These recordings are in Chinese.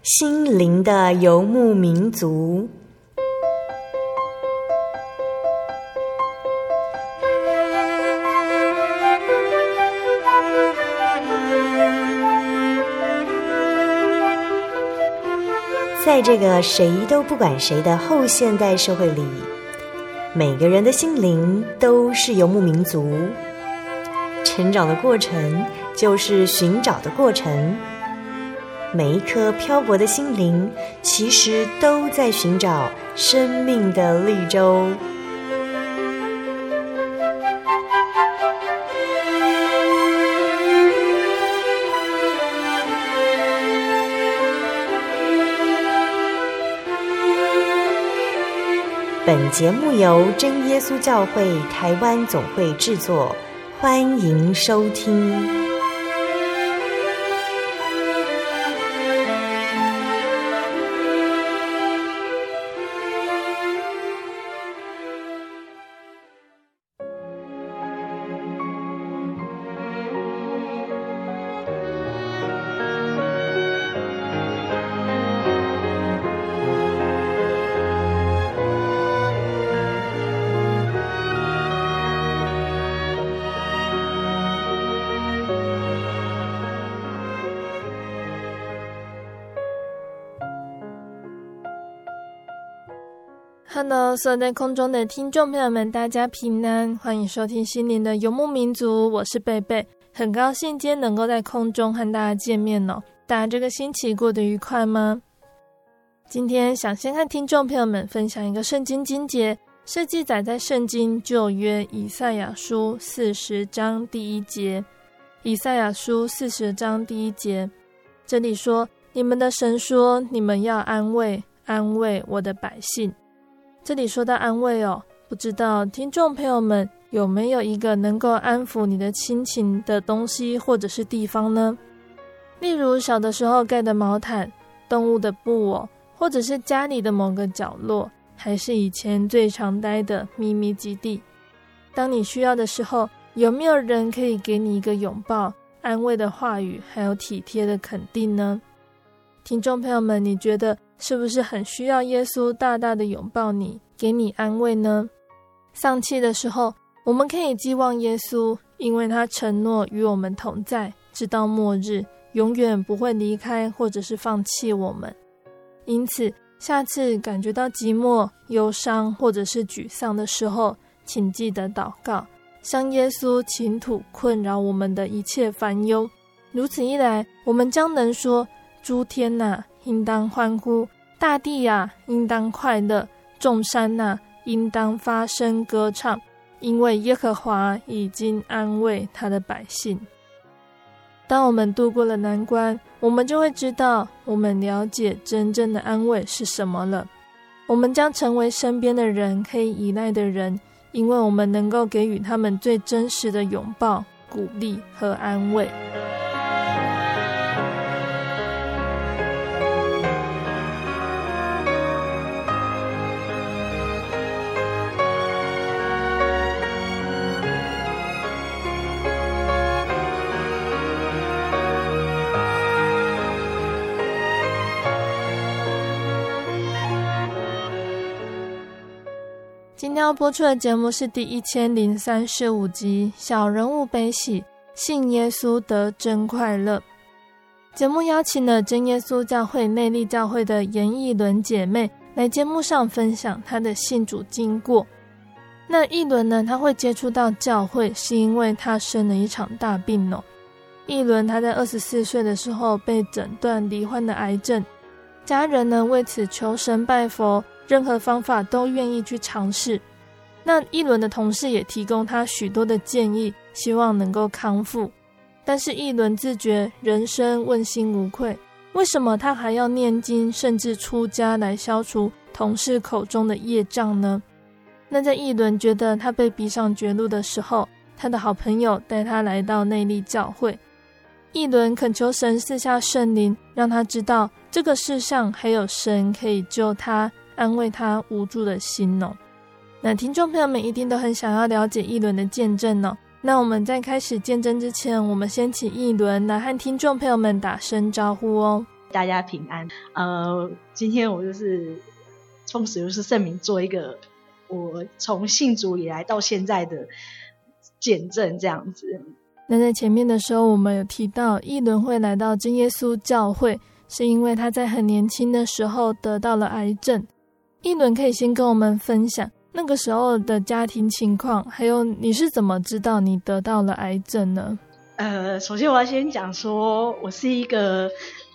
心灵的游牧民族。在这个谁都不管谁的后现代社会里，每个人的心灵都是游牧民族。成长的过程就是寻找的过程，每一颗漂泊的心灵其实都在寻找生命的绿洲。本节目由真耶稣教会台湾总会制作，欢迎收听。 Hello， 所有在空中的听众朋友们，大家平安，欢迎收听心灵的游牧民族，我是贝贝，很高兴今天能够在空中和大家见面哦。大家这个星期过得愉快吗？今天想先和听众朋友们分享一个圣经经节，是记载在圣经旧约以赛亚书40章第1节。以赛亚书40章第1节，这里说：你们的神说，你们要安慰安慰我的百姓。这里说到安慰哦，不知道听众朋友们有没有一个能够安抚你的亲情的东西或者是地方呢？例如小的时候盖的毛毯、动物的布偶，或者是家里的某个角落，还是以前最常待的秘密基地。当你需要的时候，有没有人可以给你一个拥抱、安慰的话语，还有体贴的肯定呢？听众朋友们，你觉得是不是很需要耶稣大大的拥抱你，给你安慰呢？丧气的时候，我们可以寄望耶稣，因为他承诺与我们同在，直到末日，永远不会离开或者是放弃我们。因此，下次感觉到寂寞、忧伤或者是沮丧的时候，请记得祷告，向耶稣倾吐困扰我们的一切烦忧。如此一来，我们将能说：诸天哪，应当欢呼；大地啊，应当快乐；众山啊，应当发声歌唱，因为耶和华已经安慰他的百姓。当我们度过了难关，我们就会知道，我们了解真正的安慰是什么了。我们将成为身边的人可以依赖的人，因为我们能够给予他们最真实的拥抱、鼓励和安慰。今天要播出的节目是第1035集《小人物悲喜，信耶稣得真快乐》。节目邀请了真耶稣教会内壢教会的严艺伦姐妹来节目上分享她的信主经过。那艺伦呢，她会接触到教会是因为她生了一场大病哦。艺伦她在24岁的时候被诊断罹患的癌症，家人呢为此求神拜佛，任何方法都愿意去尝试。那艺伦的同事也提供他许多的建议，希望能够康复。但是艺伦自觉人生问心无愧，为什么他还要念经甚至出家来消除同事口中的业障呢？那在艺伦觉得他被逼上绝路的时候，他的好朋友带他来到内壢教会。艺伦恳求神赐下圣灵，让他知道这个世上还有神可以救他，安慰他无助的心哦。那听众朋友们一定都很想要了解艺伦的见证哦。那我们在开始见证之前，我们先请艺伦来和听众朋友们打声招呼哦。 大家平安。今天我就是奉使徒圣名做一个我从信主以来到现在的见证这样子。 那在前面的时候我们有提到一伦会来到真耶稣教会是因为他在很年轻的时候得到了癌症。一伦可以先跟我们分享那个时候的家庭情况，还有你是怎么知道你得到了癌症呢？ 首先我要先讲说我是一个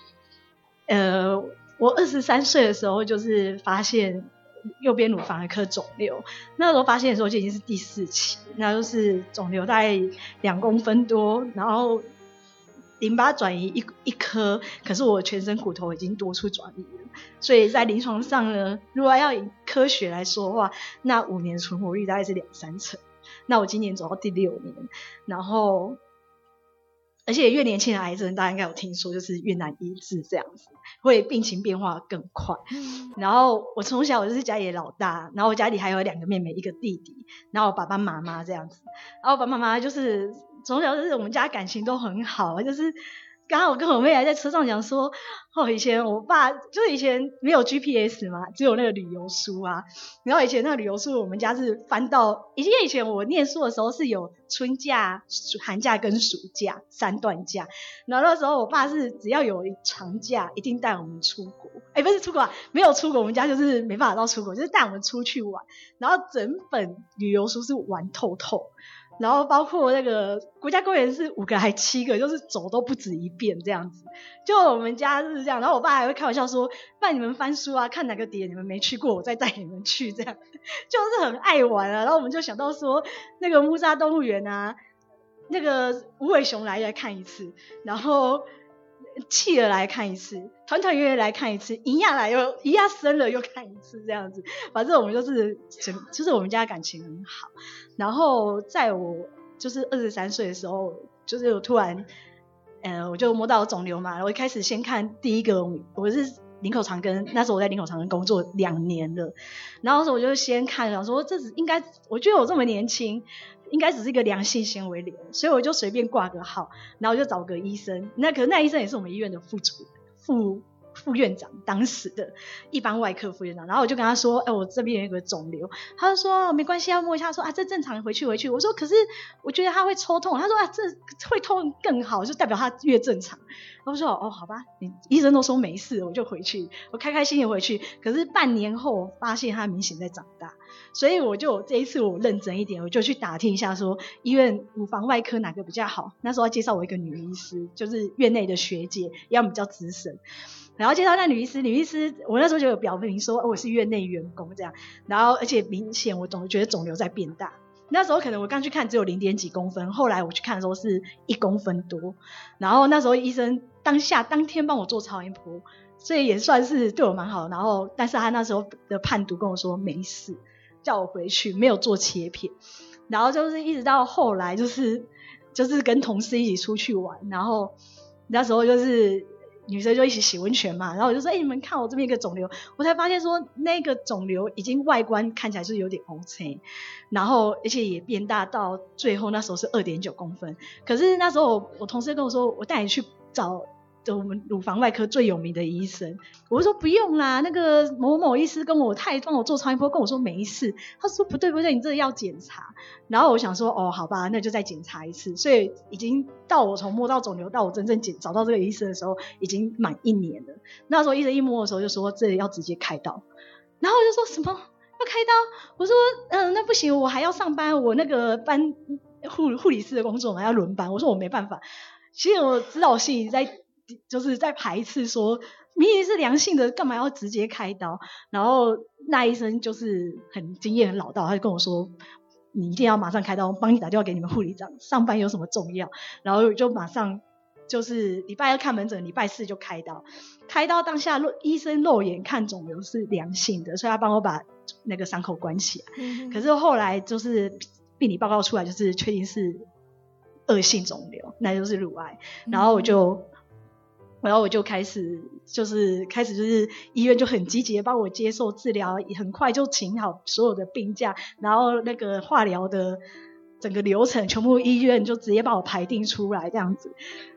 我23岁的时候就是发现右边乳房有一颗肿瘤，那时候发现的时候就已经是第4期，那就是肿瘤大概2公分多，然后淋巴转移一颗，可是我全身骨头已经多处转移了，所以在临床上呢，如果要以科学来说的话，那5年存活率大概是2-3成，那我今年走到第6年，然后而且越年轻的癌症大家应该有听说就是越难医治这样子，会病情变化更快。然后我从小我就是家里的老大，然后我家里还有2个妹妹一个弟弟，然后我爸爸妈妈这样子，然后我爸爸妈妈就是从小就是我们家感情都很好，就是刚刚我跟我妹还在车上讲说，以前我爸就是以前没有 GPS 嘛，只有那个旅游书啊，然后以前那个旅游书我们家是翻到，以前我念书的时候是有春假、寒假跟暑假3段假，然后那时候我爸是只要有长假一定带我们出国，不是出国啊，没有出国，我们家就是没办法到出国，就是带我们出去玩，然后整本旅游书是玩透透。然后包括那个国家公园是5个还7个，就是走都不止一遍这样子。就我们家是这样，然后我爸还会开玩笑说，不然你们翻书啊，看哪个点你们没去过，我再带你们去这样。就是很爱玩啊。然后我们就想到说，那个木栅动物园啊，那个无尾熊来看一次，然后企鹅来看一次，团团圆圆来看一次，一亚生了又看一次这样子。反正我们就是我们家感情很好。然后在我就是23岁的时候，就是我突然我就摸到肿瘤嘛，我一开始先看第一个，我是林口长庚，那时候我在林口长庚工作2年了，然后我就先看，想说这应该，我觉得我这么年轻应该只是一个良性纤维瘤，所以我就随便挂个号，然后就找个医生，可是那医生也是我们医院的副院长，当时的一般外科副院长，然后我就跟他说我这边有一个肿瘤，他就说没关系，要摸一下，说这正常，回去。我说可是我觉得他会抽痛，他说这会痛更好，就代表他越正常。我说好吧，你医生都说没事，我就回去，我开开心心回去。可是半年后我发现他明显在长大，所以我就这一次我认真一点，我就去打听一下说医院乳房外科哪个比较好。那时候介绍我一个女医师，就是院内的学姐，要么比较资深。然后介绍那女医师，我那时候就有表明说我是院内员工这样，然后而且明显我总觉得肿瘤在变大。那时候可能我刚去看只有0点几公分，后来我去看的时候是1公分多，然后那时候医生当天帮我做超音波，所以也算是对我蛮好的。然后但是他那时候的判读跟我说没事，叫我回去，没有做切片。然后就是一直到后来就是跟同事一起出去玩，然后那时候就是女生就一起洗温泉嘛，然后我就说你们看我这边一个肿瘤，我才发现说那个肿瘤已经外观看起来是有点黑青，然后而且也变大到最后那时候是 2.9 公分。可是那时候我同事跟我说，我带你去找我们乳房外科最有名的医生，我说不用啦，那个某某医师他也帮我做超音波，跟我说没事。他说不对，你这个要检查。然后我想说好吧，那就再检查一次。所以已经到我从摸到肿瘤到我真正找到这个医生的时候，已经满1年了。那时候医生一摸的时候就说这里要直接开刀，然后我就说什么要开刀？我说那不行，我还要上班，我那个班护理师的工作嘛，要轮班。我说我没办法。其实我知道我心里在排斥说明明是良性的，干嘛要直接开刀？然后那医生就是很经验很老道，他就跟我说你一定要马上开刀，帮你打电话给你们护理长，上班有什么重要？然后就马上就是礼拜2看门诊，礼拜4就开刀。开刀当下医生肉眼看肿瘤是良性的，所以他帮我把那个伤口关起来。可是后来就是病理报告出来，就是确定是恶性肿瘤，那就是乳癌。然后我就开始就是医院就很积极的帮我接受治疗，很快就请好所有的病假，然后那个化疗的整个流程全部医院就直接帮我排定出来这样子。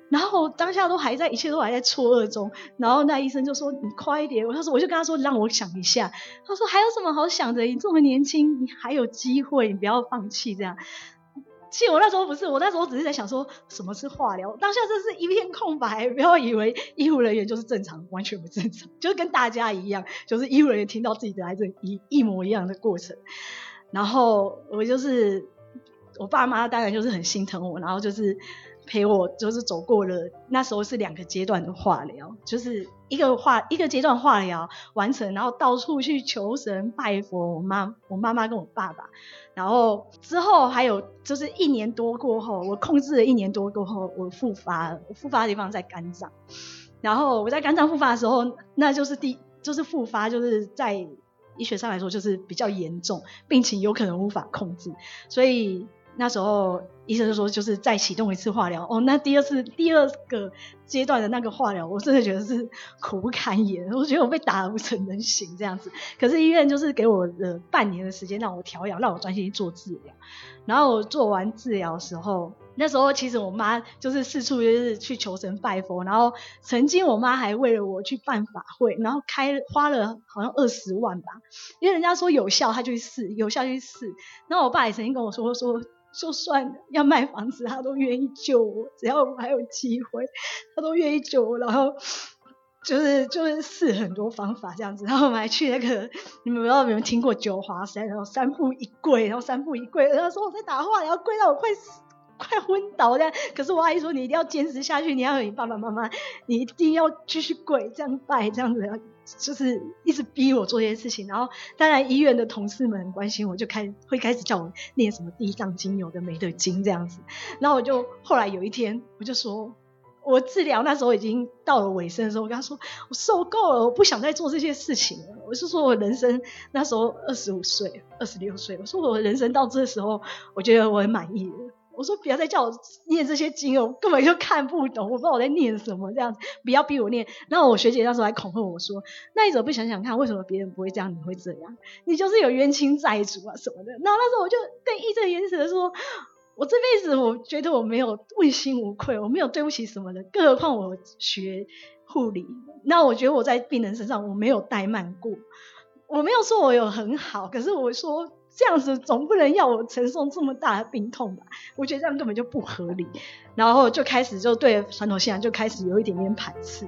然后当下一切都还在错愕中，然后那医生就说你快一点，我就跟他说让我想一下，他说还有什么好想的，你这么年轻，你还有机会，你不要放弃这样。其实我那时候只是在想说什么是化疗，当下这是一片空白，不要以为医护人员就是正常，完全不正常，就是跟大家一样，就是医护人员听到自己得癌症一模一样的过程。然后我爸妈当然就是很心疼我，然后就是陪我就是走过了，那时候是2个阶段的化疗，就是一个阶段化疗完成，然后到处去求神拜佛，我妈妈跟我爸爸，然后之后还有就是1年多过后，我控制了1年多过后，我复发了，我复发的地方在肝脏，然后我在肝脏复发的时候，那就是复发，就是在医学上来说就是比较严重，病情有可能无法控制，所以那时候医生就说就是再启动一次化疗。那第二个阶段的那个化疗，我真的觉得是苦不堪言，我觉得我被打得不成人形这样子。可是医院就是给我的半年的时间让我调养，让我专心做治疗。然后我做完治疗的时候，那时候其实我妈就是四处就是去求神拜佛，然后曾经我妈还为了我去办法会，然后花了好像20万吧，因为人家说有效她就去试，有效就去试。然后我爸也曾经跟我说就算要卖房子他都愿意救我，只要我还有机会他都愿意救我。然后就是试很多方法这样子，然后我们还去那个你们不知道有没有听过九华山，然后3步一跪，然后3步一跪，然后说我在打化疗跪到我快昏倒这样。可是我阿姨说你一定要坚持下去，你要有你爸爸妈妈，你一定要继续跪这样拜这样子，就是一直逼我做这些事情。然后当然医院的同事们很关心我，就会开始叫我念什么地藏经有的没的经这样子。然后后来有一天我就说，我治疗那时候已经到了尾声的时候，我跟他说我受够了，我不想再做这些事情了。我是说我人生那时候25岁26岁，我说我人生到这时候我觉得我很满意了，我说不要再叫我念这些经了，我根本就看不懂，我不知道我在念什么这样子，不要逼我念。然后我学姐那时候还恐吓我说，那你怎么不想想看为什么别人不会这样你会这样，你就是有冤亲债主啊什么的。然后那时候我就更义正言辞的说，我这辈子我觉得我没有问心无愧，我没有对不起什么的，更何况我学护理，那我觉得我在病人身上我没有怠慢过，我没有说我有很好，可是我说这样子总不能要我承受这么大的病痛吧，我觉得这样根本就不合理。然后就开始就对传统信仰就开始有一点点排斥。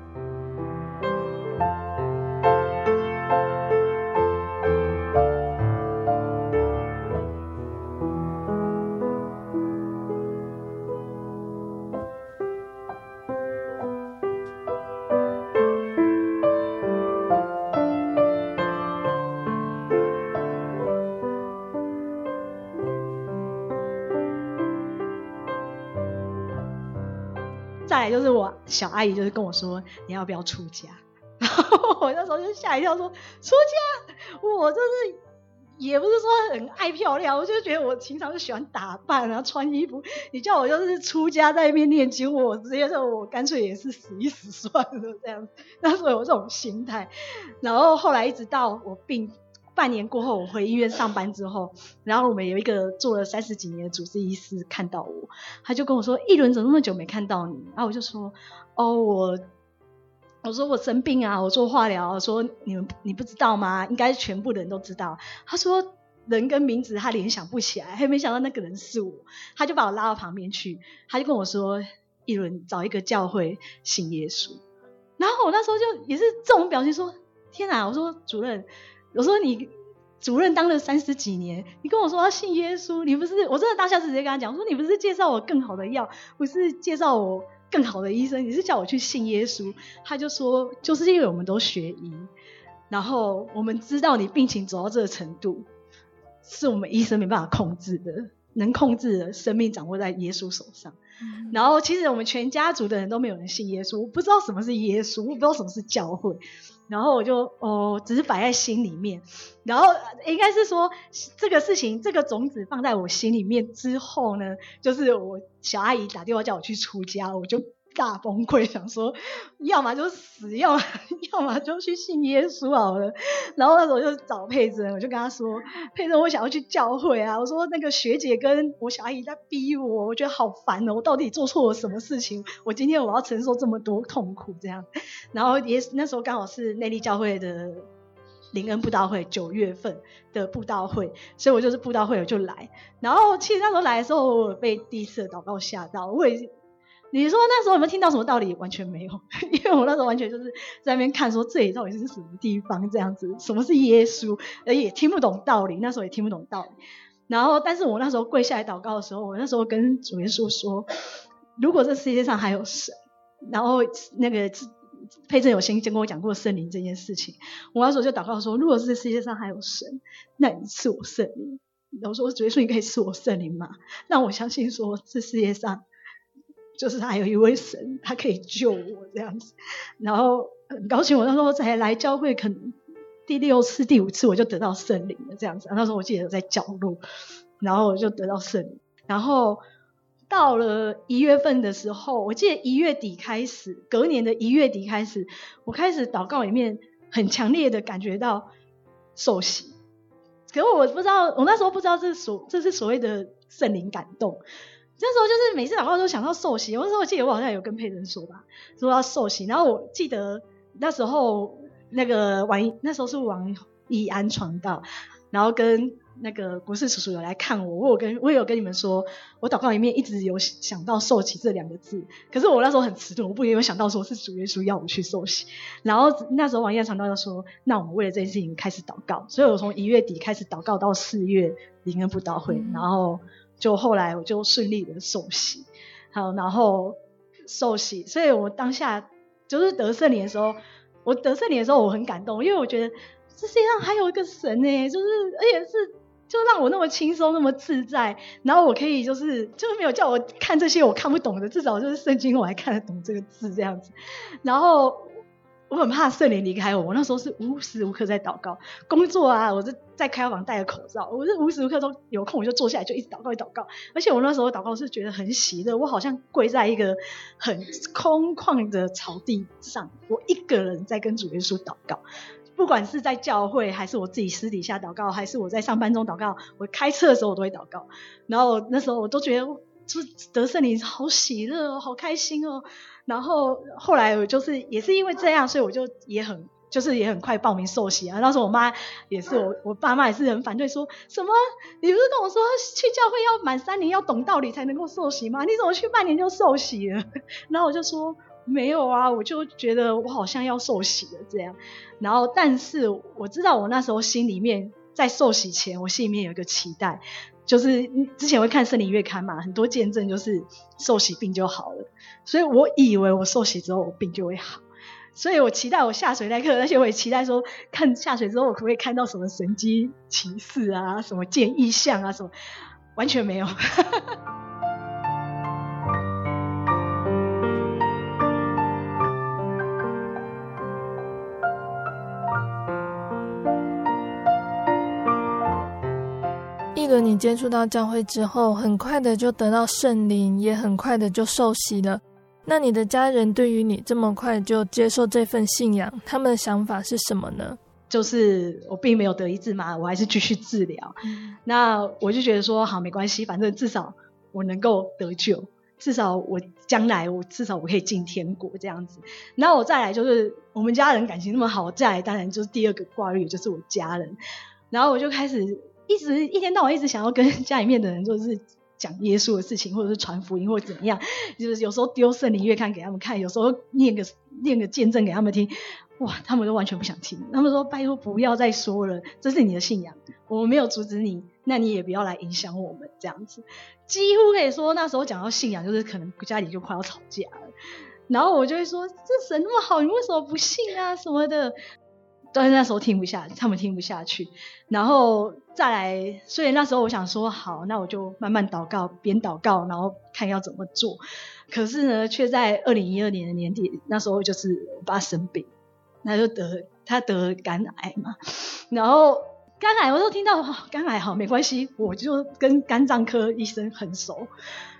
再来就是我小阿姨就是跟我说你要不要出家，然后我那时候就吓一跳说出家，我就是也不是说很爱漂亮，我就觉得我平常就喜欢打扮啊穿衣服，你叫我就是出家在那边念经，我直接说我干脆也是死一死算了这样子，那时候有这种心态。然后后来一直到我病半年过后，我回医院上班之后，然后我们有一个做了30几年的主治医师看到我，他就跟我说一轮怎么那么久没看到你，然后我就说我说我生病啊，我做化疗，我说你不知道吗？应该全部的人都知道。他说人跟名字他联想不起来，还没想到那个人是我，他就把我拉到旁边去，他就跟我说一轮找一个教会信耶稣。然后我那时候就也是这种表情说天哪，我说主任，我说你主任当了30几年，你跟我说要信耶稣，你不是，我真的当下直接跟他讲，我说你不是介绍我更好的药，不是介绍我更好的医生，你是叫我去信耶稣。他就说就是因为我们都学医，然后我们知道你病情走到这个程度是我们医生没办法控制的，能控制的生命掌握在耶稣手上。然后其实我们全家族的人都没有人信耶稣，我不知道什么是耶稣，我不知道什么是教会，然后我就只是摆在心里面。然后应该是说这个事情这个种子放在我心里面之后呢，就是我小阿姨打电话叫我去出家，我就大崩溃，想说要么就死，要么就去信耶稣好了。然后那时候就找佩珍，我就跟他说，佩珍，我想要去教会啊，我说那个学姐跟我小阿姨在逼我，我觉得好烦哦，我到底做错了什么事情，我今天我要承受这么多痛苦这样。然后也那时候刚好是内埜教会的灵恩布道会9月份的布道会，所以我就是布道会我就来。然后其实那时候来的时候，我被第一次的祷告吓到。你说那时候有没有听到什么道理？完全没有，因为我那时候完全就是在那边看说这里到底是什么地方这样子，什么是耶稣，也听不懂道理，那时候也听不懂道理。然后但是我那时候跪下来祷告的时候，我那时候跟主耶稣说，如果这世界上还有神，然后那个佩珍有先跟我讲过圣灵这件事情，我那时候就祷告说，如果这世界上还有神，那你赐我圣灵。我说主耶稣，你可以赐我圣灵吗？让我相信说这世界上就是还有一位神，他可以救我这样子。然后很高兴，我那时候才来教会，可能第6次第5次我就得到圣灵了这样子。那时候我记得在角落，然后我就得到圣灵。然后到了1月份的时候，我记得1月底开始，隔年的1月底开始，我开始祷告里面很强烈的感觉到受洗。可是我不知道，我那时候不知道这是所谓的圣灵感动。那时候就是每次祷告都想到受洗。我那时候记得我好像有跟佩珍说吧，说要受洗。然后我记得那时候那时候是王义安传道，然后跟那个国士叔叔有来看我，我有跟你们说，我祷告里面一直有想到受洗这2个字，可是我那时候很迟钝，我不也有想到说是主耶稣要我去受洗。然后那时候王义安传道就说，那我们为了这件事情开始祷告，所以我从1月底开始祷告到4月灵恩布道会，然后就后来我就顺利的受洗。好，然后受洗，所以我当下就是得圣灵的时候，我很感动，因为我觉得这世界上还有一个神耶，就是而且是就让我那么轻松那么自在，然后我可以就是没有叫我看这些我看不懂的，至少就是圣经我还看得懂这个字这样子。然后我很怕圣灵离开我那时候是无时无刻在祷告，工作啊，我是在开发房戴着口罩，我是无时无刻都有空我就坐下来就一直祷告一直祷告。而且我那时候祷告是觉得很喜乐，我好像跪在一个很空旷的草地上，我一个人在跟主耶稣祷告，不管是在教会还是我自己私底下祷告，还是我在上班中祷告，我开车的时候我都会祷告。然后那时候我都觉得就得圣灵好喜乐哦，好开心哦。然后后来我就是也是因为这样，所以我就也很快报名受洗啊。那时候我妈也是我爸妈也是很反对，说什么你不是跟我说去教会要满3年要懂道理才能够受洗吗？你怎么去半年就受洗了？然后我就说没有啊，我就觉得我好像要受洗了这样。然后但是我知道我那时候心里面在受洗前，我心里面有一个期待，就是之前会看圣灵月刊嘛，很多见证就是受洗病就好了，所以我以为我受洗之后我病就会好，所以我期待我下水那刻，而且我也期待说看下水之后我可不可以看到什么神迹奇事啊，什么见异象啊什么，完全没有一轮你接触到教会之后，很快的就得到圣灵，也很快的就受洗了。那你的家人对于你这么快就接受这份信仰，他们的想法是什么呢？ 就是我并没有得医治嘛，我还是继续治疗。那我就觉得说好没关系，反正至少我能够得救，至少我将来至少我可以进天国这样子。然后我再来就是我们家人感情那么好，再来当然就是第2个挂虑就是我家人。然后我就开始一天到晚一直想要跟家里面的人就是讲耶稣的事情，或者是传福音或者怎么样，就是有时候丢圣灵月刊给他们看，有时候念个见证给他们听，哇，他们都完全不想听。他们说拜托不要再说了，这是你的信仰，我们没有阻止你，那你也不要来影响我们这样子。几乎可以说那时候讲到信仰就是可能家里就快要吵架了，然后我就会说这神那么好，你为什么不信啊什么的。但是那时候他们听不下去。然后再来，所以那时候我想说好，那我就慢慢祷告，边祷告然后看要怎么做。可是呢却在2012年的年底，那时候就是我爸生病，他得肝癌嘛。然后肝癌我都听到肝癌好没关系，我就跟肝脏科医生很熟，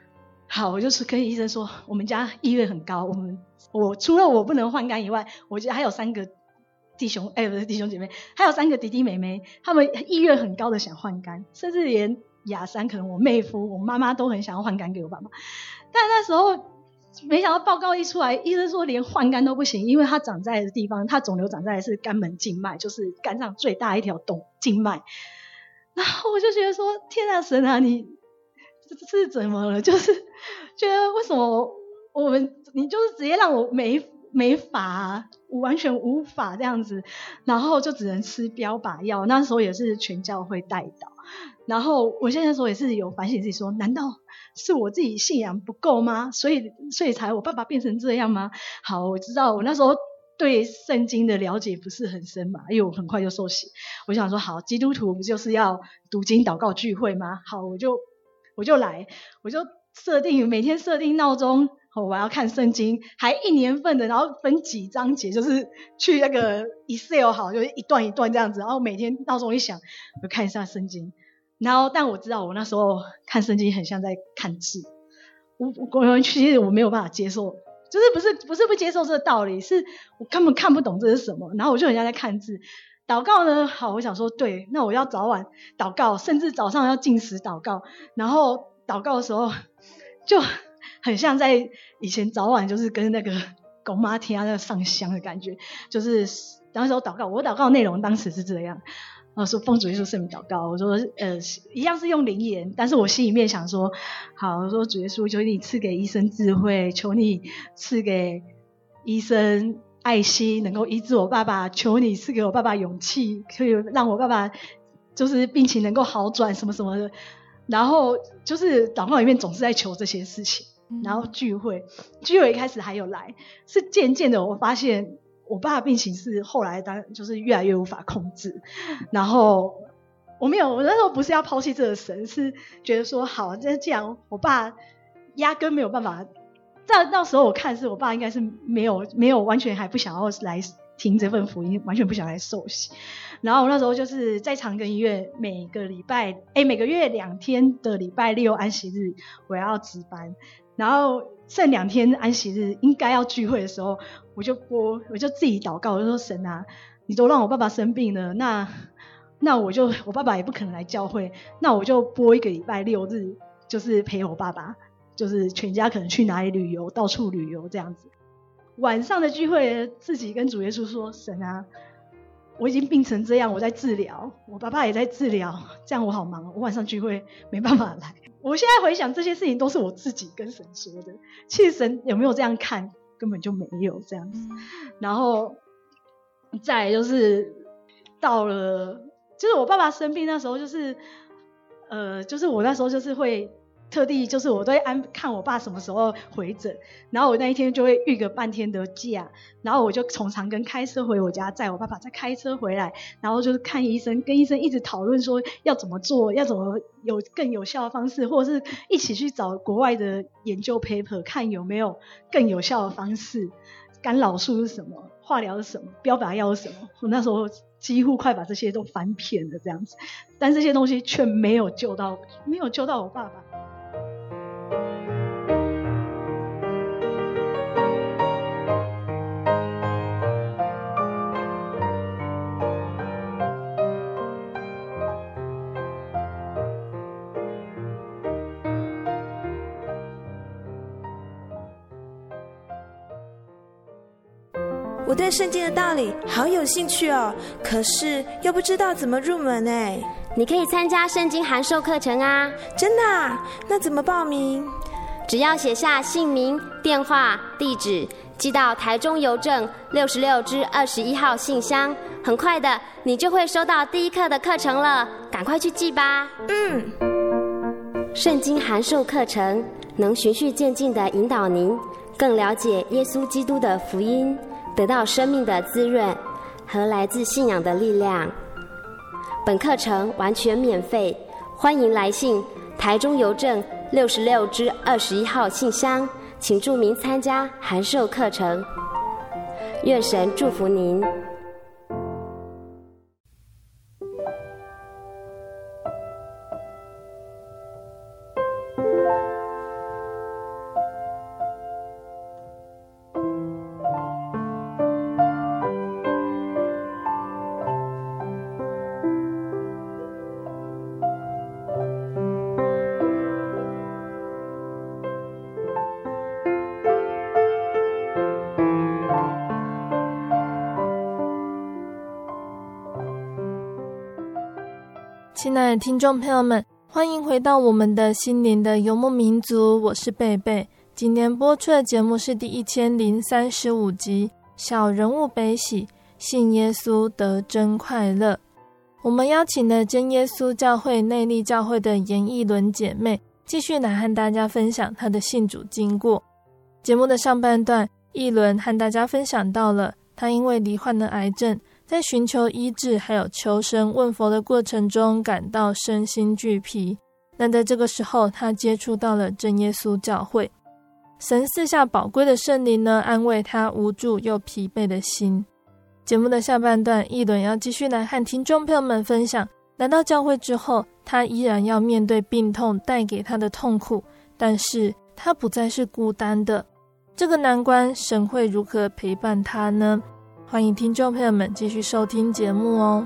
好，我就是跟医生说，我们家医院很高，我除了我不能换肝以外，我家还有3个弟兄，不是弟兄姐妹，还有3个弟弟妹妹，他们意愿很高的想换肝，甚至连亚珊可能我妹夫、我妈妈都很想要换肝给我爸爸。但那时候没想到报告一出来，医生说连换肝都不行，因为它长在的地方，它肿瘤长在的是肝门静脉，就是肝脏最大一条静脉。然后我就觉得说，天啊，神啊，你这是怎么了？就是觉得为什么你就是直接让我没法啊，完全无法这样子，然后就只能吃标靶药。那时候也是全教会带导，然后我现在说也是有反省自己说，难道是我自己信仰不够吗？所以才我爸爸变成这样吗？好，我知道我那时候对圣经的了解不是很深嘛，因为我很快就受洗。我想说，好，基督徒不就是要读经祷告聚会吗？好，我就来，我就每天设定闹钟，我要看圣经，还1年份的，然后分几章节，就是去那个 Excel 好，就是一段一段这样子，然后每天闹钟一响，我就看一下圣经。然后，但我知道我那时候看圣经很像在看字，其实我没有办法接受，就是不是不接受这个道理，是我根本看不懂这是什么，然后我就很像在看字。祷告呢，好，我想说对，那我要早晚祷告，甚至早上要禁食祷告，然后祷告的时候就很像在以前早晚就是跟那个公妈听那个上香的感觉，就是当时我祷告，我祷告的内容当时是这样，说奉主耶稣圣名祷告，我说一样是用灵言，但是我心里面想说，好，我说主耶稣，求你赐给医生智慧，求你赐给医生爱心，能够医治我爸爸，求你赐给我爸爸勇气，可以让我爸爸就是病情能够好转什么什么的。然后就是祷告里面总是在求这些事情。然后聚会一开始还有来，是渐渐的我发现我爸的病情是后来就是越来越无法控制。然后我那时候不是要抛弃这个神，是觉得说好，既然我爸压根没有办法，到时候我看是我爸应该是没有完全还不想要来听这份福音，完全不想来受洗。然后我那时候就是在长庚医院每个月2天的礼拜6安息日我要值班，然后剩2天安息日应该要聚会的时候，我就自己祷告，我就说神啊，你都让我爸爸生病了，那我爸爸也不可能来教会，那我就播一个礼拜6日，就是陪我爸爸，就是全家可能去哪里旅游，到处旅游这样子。晚上的聚会自己跟主耶稣说，神啊，我已经病成这样，我在治疗，我爸爸也在治疗，这样我好忙，我晚上聚会没办法来。我现在回想这些事情都是我自己跟神说的，其实神有没有这样看根本就没有这样子。然后再来就是到了就是我爸爸生病那时候，就是我那时候就是会特地就是我都会看我爸什么时候回诊，然后我那一天就会预个半天的假，然后我就从长庚开车回我家，载我爸爸再开车回来，然后就是看医生，跟医生一直讨论说要怎么做，要怎么有更有效的方式，或者是一起去找国外的研究 paper 看有没有更有效的方式，干扰素是什么，化疗是什么，标靶药是什么。我那时候几乎快把这些都翻遍了这样子，但这些东西却没有救到我爸爸。 我对圣经的道理好有兴趣哦，可是又不知道怎么入门哎。 你可以参加圣经函授课程啊。 真的啊？那怎么报名？ 只要写下姓名、电话、地址，寄到台中邮政66支21号信箱，很快的你就会收到第一课的课程了，赶快去寄吧。圣经函授课程能循序渐进地引导您更了解耶稣基督的福音，得到生命的滋润和来自信仰的力量。本课程完全免费，欢迎来信台中邮政66支21号信箱，请注明参加函授课程。愿神祝福您。 亲爱的听众朋友们，欢迎回到我们的心灵的游牧民族，我是贝贝。今天播出的节目是第1035集小人物悲喜，信耶稣得真快乐。我们邀请了真耶稣教会内埜教会的严艺伦姐妹继续来和大家分享她的信主经过。节目的上半段，艺伦和大家分享到了她因为罹患了癌症，在寻求医治还有求神问佛的过程中感到身心俱疲。那在这个时候，她接触到了真耶稣教会，神赐下宝贵的圣灵呢，安慰她无助又疲惫的心。节目的下半段，艺伦要继续来和听众朋友们分享，来到教会之后，他依然要面对病痛带给他的痛苦，但是他不再是孤单的。这个难关，神会如何陪伴他呢？欢迎听众朋友们继续收听节目哦。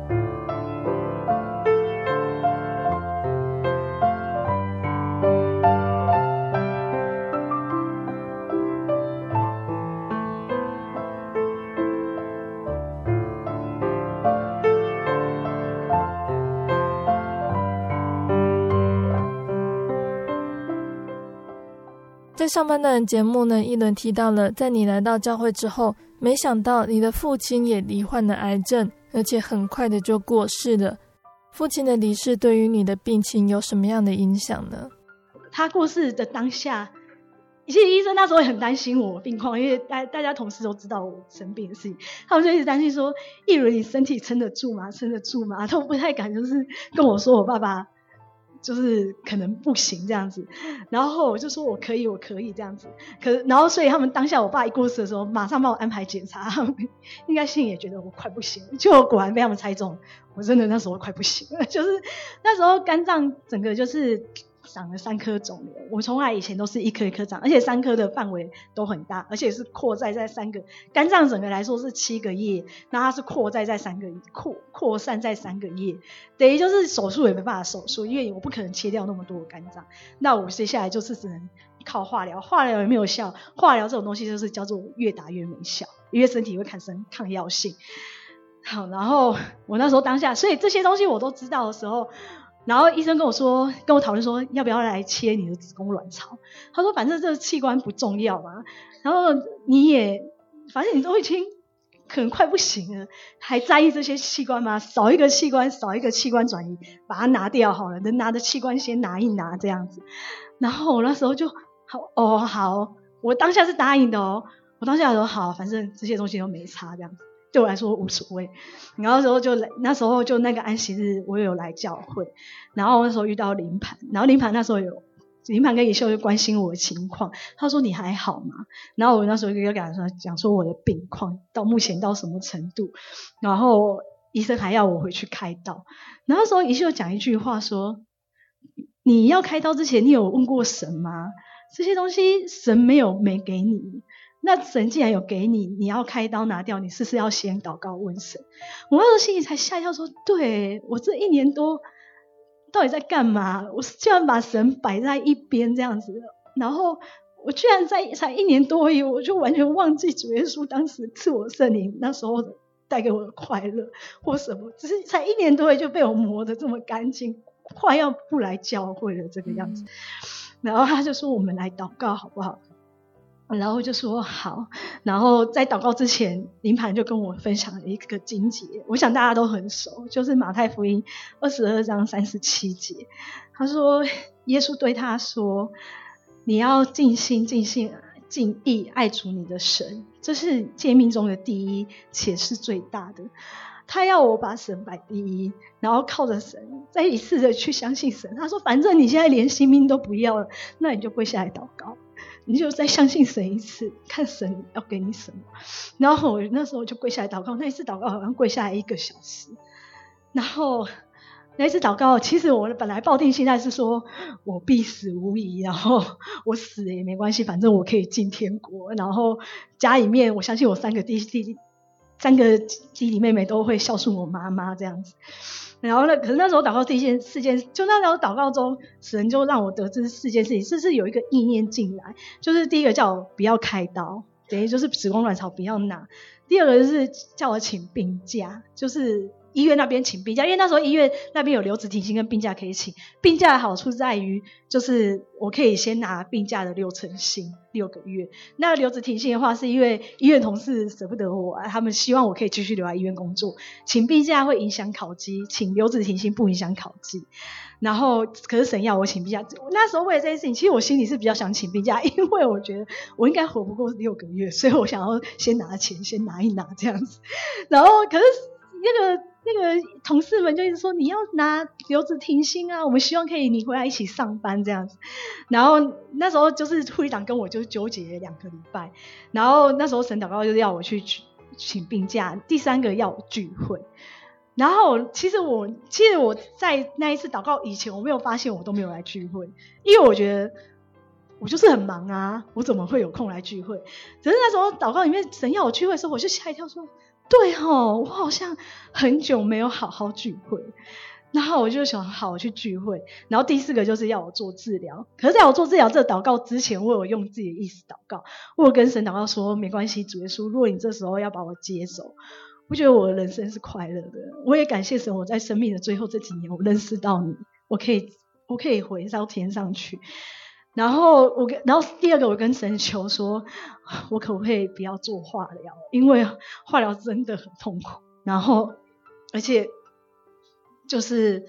在上半段的节目呢，一伦提到了在你来到教会之后，没想到你的父亲也罹患了癌症，而且很快的就过世了。父亲的离世对于你的病情有什么样的影响呢？ 他过世的当下，其实医生那时候也很担心我病况，因为大家同事都知道我生病的事情，他们就一直担心说，艺伦你身体撑得住吗？撑得住吗？都不太敢就是跟我说我爸爸就是可能不行这样子，然后我就说我可以这样子，然后所以他们当下我爸一过世的时候，马上帮我安排检查，他们应该心里也觉得我快不行了，就果然被他们猜中，我真的那时候快不行了，就是那时候肝脏整个就是长了3颗肿瘤，我从来以前都是一颗一颗长，而且3颗的范围都很大，而且是扩散在3个肝脏整个来说是7个叶，那它是扩散在3个叶，等于就是手术也没办法手术，因为我不可能切掉那么多的肝脏，那我接下来就是只能靠化疗，化疗也没有效，化疗这种东西就是叫做越打越没效，因为身体会产生抗药性。好，然后我那时候当下，所以这些东西我都知道的时候，然后医生跟我讨论说要不要来切你的子宫卵巢，他说反正这个器官不重要嘛，然后你也反正你都已经可能快不行了，还在意这些器官吗？少一个器官转移，把它拿掉好了，能拿的器官先拿一拿这样子。然后我那时候就好，我当下是答应的哦，我当下说好，反正这些东西都没差这样子，对我来说无所谓。然后那时候就那个安息日我也有来教会，然后那时候遇到林盘，然后林盘那时候林盘跟以秀就关心我的情况，他说你还好吗？然后我那时候就跟他讲说我的病况到目前到什么程度，然后医生还要我回去开刀。然后那时候以秀讲一句话说，你要开刀之前你有问过神吗？这些东西神没给你，那神既然有给你，你要开刀拿掉，你是不是要先祷告问神？我那时候心里才吓一跳说，对，我这1年多到底在干嘛？我居然把神摆在一边这样子，然后我居然才1年多而已，我就完全忘记主耶稣当时赐我圣灵那时候带给我的快乐或什么，只是才1年多而已就被我磨得这么干净，快要不来教会了这个样子。然后他就说我们来祷告好不好？然后就说好，然后在祷告之前，林盘就跟我分享了一个经节，我想大家都很熟，就是马太福音22章37节。他说耶稣对他说，你要尽心尽性尽意爱主你的神，这是诫命中的第一，且是最大的。他要我把神摆第一，然后靠着神再一次的去相信神。他说反正你现在连性命都不要了，那你就跪下来祷告，你就再相信神一次，看神要给你什么。然后我那时候就跪下来祷告，那一次祷告好像跪下来1个小时。然后那一次祷告，其实我本来抱定心态是说我必死无疑，然后我死了也没关系，反正我可以进天国，然后家里面我相信我3个弟弟妹妹都会孝顺我妈妈这样子。然后可是那时候祷告第4件，就那时候祷告中，神就让我得知4件事情，这是有一个意念进来，就是第一个叫我不要开刀，等于就是子宫卵巢不要拿；第二个是叫我请病假，就是医院那边请病假，因为那时候医院那边有留职停薪跟病假可以请。病假的好处在于，就是我可以先拿病假的60%薪，6个月。那留职停薪的话，是因为医院同事舍不得我，他们希望我可以继续留在医院工作。请病假会影响考绩，请留职停薪不影响考绩。然后可是神要我请病假，那时候为了这件事情，其实我心里是比较想请病假，因为我觉得我应该活不过6个月，所以我想要先拿钱，先拿一拿这样子。然后可是那个同事们就一直说你要拿留职停薪啊，我们希望可以你回来一起上班这样子。然后那时候就是护理长跟我就纠结2个礼拜，然后那时候神祷告就是要我去请病假，第3个要我聚会。然后其实我在那一次祷告以前，我没有发现我都没有来聚会，因为我觉得我就是很忙啊，我怎么会有空来聚会？只是那时候祷告里面神要我聚会的时候，我就吓一跳说，对哦，我好像很久没有好好聚会。然后我就想好，我去聚会。然后第4个就是要我做治疗。可是在我做治疗这个祷告之前，我有用自己的意思祷告，我有跟神祷告说，没关系，主耶稣，如果你这时候要把我接走，我觉得我的人生是快乐的。我也感谢神，我在生命的最后这几年，我认识到你，我可以回到天上去。然后第2个我跟神求说，我可不可以不要做化疗，因为化疗真的很痛苦。然后而且就是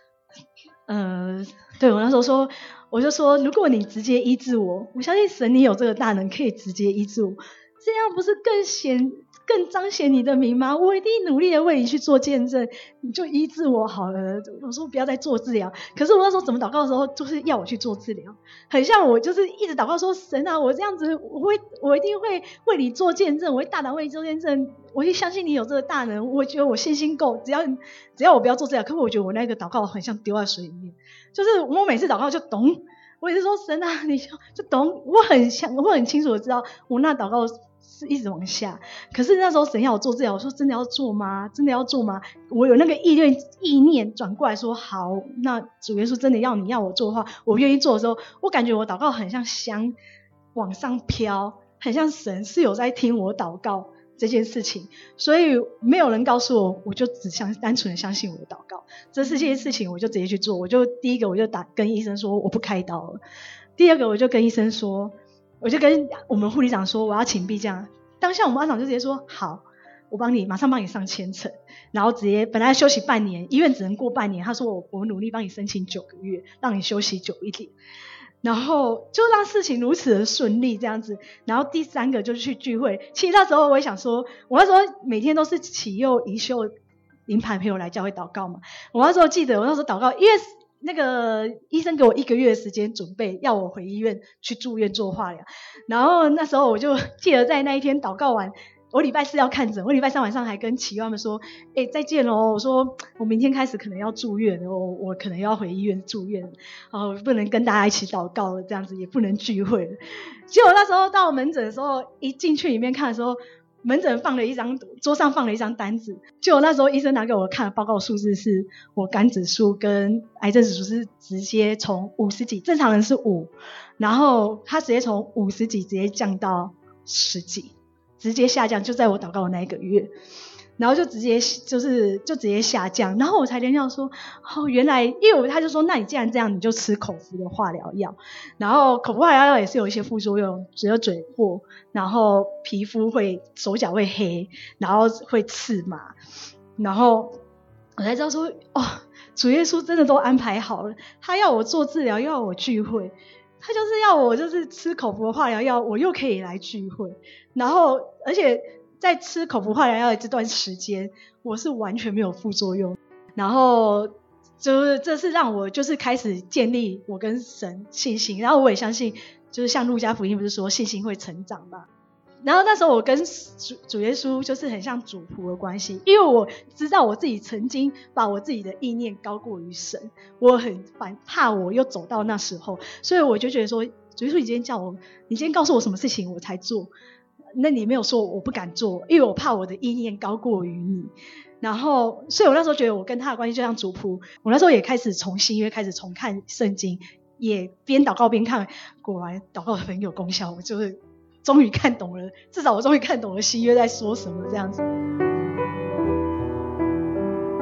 对，我那时候说，我就说如果你直接医治我相信神你有这个大能可以直接医治我，这样不是更彰显你的名吗？我一定努力的为你去做见证，你就医治我好了。我说不要再做治疗，可是我那时候怎么祷告的时候，就是要我去做治疗，很像我就是一直祷告说，神啊，我这样子我一定会为你做见证，我会大胆为你做见证，我会相信你有这个大能，我觉得我信心够，只要我不要做治疗。可是我觉得我那个祷告很像丢在水里面，就是我每次祷告就懂，我也是说神啊，你就懂，我很清楚的知道我那祷告是一直往下。可是那时候神要我做治疗，我说真的要做吗？真的要做吗？我有那个意念转过来说，好，那主耶稣真的你要我做的话，我愿意做的时候，我感觉我祷告很像香往上飘，很像神是有在听我祷告这件事情。所以没有人告诉我，我就只单纯的相信我的祷告，这件事情我就直接去做。我就第1个我就跟医生说我不开刀了，第2个我就跟医生说，我就跟我们护理长说我要请病假。当下我们班长就直接说好，我马上帮你上签呈，然后直接本来休息半年，医院只能过半年，他说我努力帮你申请9个月，让你休息久一点，然后就让事情如此的顺利这样子。然后第3个就是去聚会。其实那时候我也想说，我那时候每天都是启佑宜秀灵盘陪我来教会祷告嘛。我那时候记得我那时候祷告，因为那个医生给我1个月的时间准备，要我回医院去住院做化疗。然后那时候我就记得在那一天祷告完，我礼拜4要看诊，我礼拜3晚上还跟启佑他们说，再见咯，我说我明天开始可能要住院，我可能要回医院住院，不能跟大家一起祷告了，这样子也不能聚会了。结果那时候到门诊的时候，一进去里面看的时候，门诊桌上放了一张单子，结果那时候医生拿给我看的报告数字是我肝指数跟癌症指数是直接从50几，正常人是5，然后他直接从50几直接降到10几，直接下降，就在我祷告的那1个月，然后就直接下降。然后我才联想说，原来因为他就说，那你既然这样，你就吃口服的化疗药，然后口服化疗药也是有一些副作用，只有嘴破，然后皮肤手脚会黑，然后会刺麻。然后我才知道说，主耶稣真的都安排好了，他要我做治疗，要我聚会，他就是要我就是吃口服的化疗药，我又可以来聚会。然后而且在吃口服化疗药的这段时间，我是完全没有副作用。然后就是这是让我就是开始建立我跟神信心。然后我也相信，就是像路加福音不是说信心会成长嘛。然后那时候我跟主耶稣就是很像主仆的关系，因为我知道我自己曾经把我自己的意念高过于神，我很怕我又走到那时候，所以我就觉得说，主耶稣你今天告诉我什么事情我才做，那你没有说我不敢做，因为我怕我的意念高过于你。然后所以我那时候觉得我跟他的关系就像主仆，我那时候也开始从新约开始重看圣经，也边祷告边看，果然祷告很有功效，我就是终于看懂了，至少我终于看懂了新约在说什么这样子。